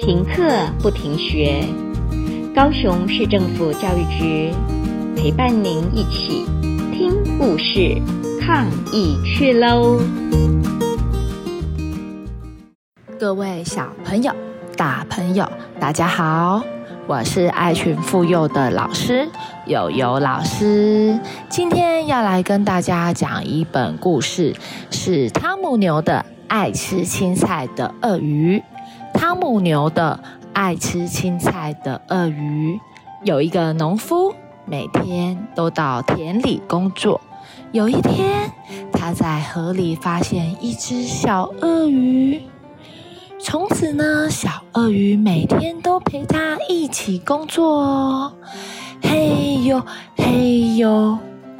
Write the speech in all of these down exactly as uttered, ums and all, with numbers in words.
停课不停学，高雄市政府教育局陪伴您一起听故事、抗疫去喽！ 各位小朋友、大朋友，大家好，我是爱群附幼的老师友友老师。今天要来跟大家讲一本故事，是汤姆牛的爱吃青菜的鳄鱼。汤姆牛的爱吃青菜的鳄鱼，有一个农夫，每天都到田里工作。有一天，他在河里发现一只小鳄鱼。从此呢，小鳄鱼每天都陪他一起工作哦。嘿呦嘿呦，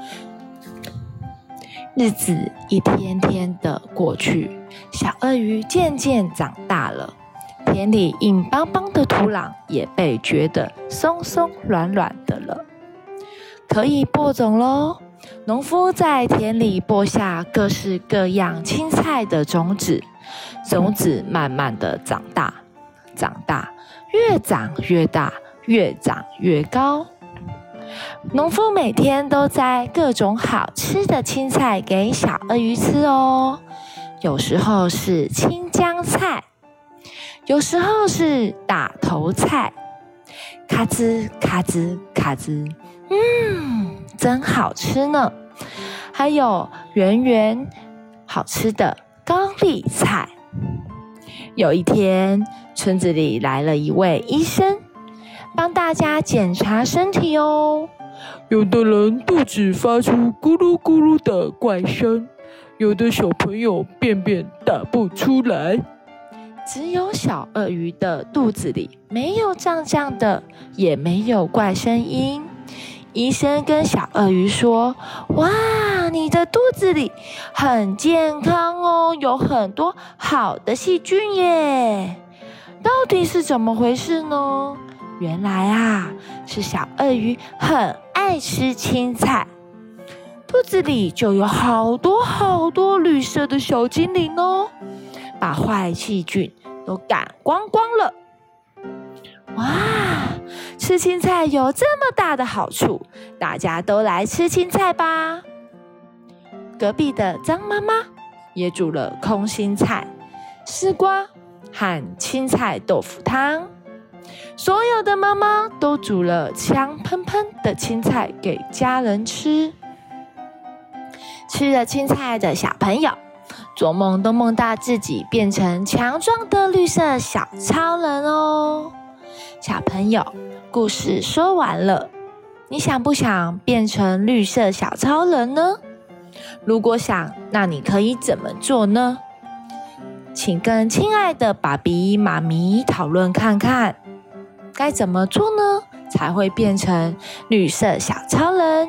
日子一天天的过去，小鳄鱼渐渐长大了。田里硬邦邦的土壤也被觉得松松软软的了，可以播种咯。农夫在田里播下各式各样青菜的种子，种子慢慢的长大，长大，越长越大，越长越高。农夫每天都摘各种好吃的青菜给小鳄鱼吃哦，有时候是青江菜，有时候是大头菜，咔吱咔吱咔吱，嗯，真好吃呢。还有圆圆好吃的高丽菜。有一天，村子里来了一位医生，帮大家检查身体哦。有的人肚子发出咕噜咕噜的怪声，有的小朋友便便打不出来。只有小鳄鱼的肚子里没有胀胀的，也没有怪声音。医生跟小鳄鱼说：哇，你的肚子里很健康哦，有很多好的细菌耶。到底是怎么回事呢？原来啊，是小鳄鱼很爱吃青菜，肚子里就有好多好多绿色的小精灵哦，把坏细菌都赶光光了。哇，吃青菜有这么大的好处，大家都来吃青菜吧。隔壁的张妈妈也煮了空心菜、丝瓜和青菜豆腐汤，所有的妈妈都煮了香喷喷的青菜给家人吃。吃了青菜的小朋友做梦都梦到自己变成强壮的绿色小超人哦。小朋友，故事说完了，你想不想变成绿色小超人呢？如果想，那你可以怎么做呢？请跟亲爱的爸比妈咪讨论看看，该怎么做呢，才会变成绿色小超人？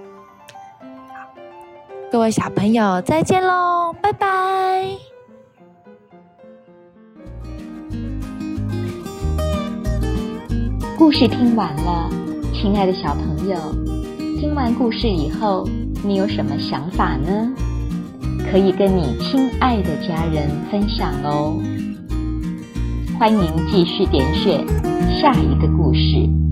各位小朋友，再见咯，拜拜。 故事听完了，亲爱的小朋友，听完故事以后，你有什么想法呢？可以跟你亲爱的家人分享哦。欢迎继续点选下一个故事。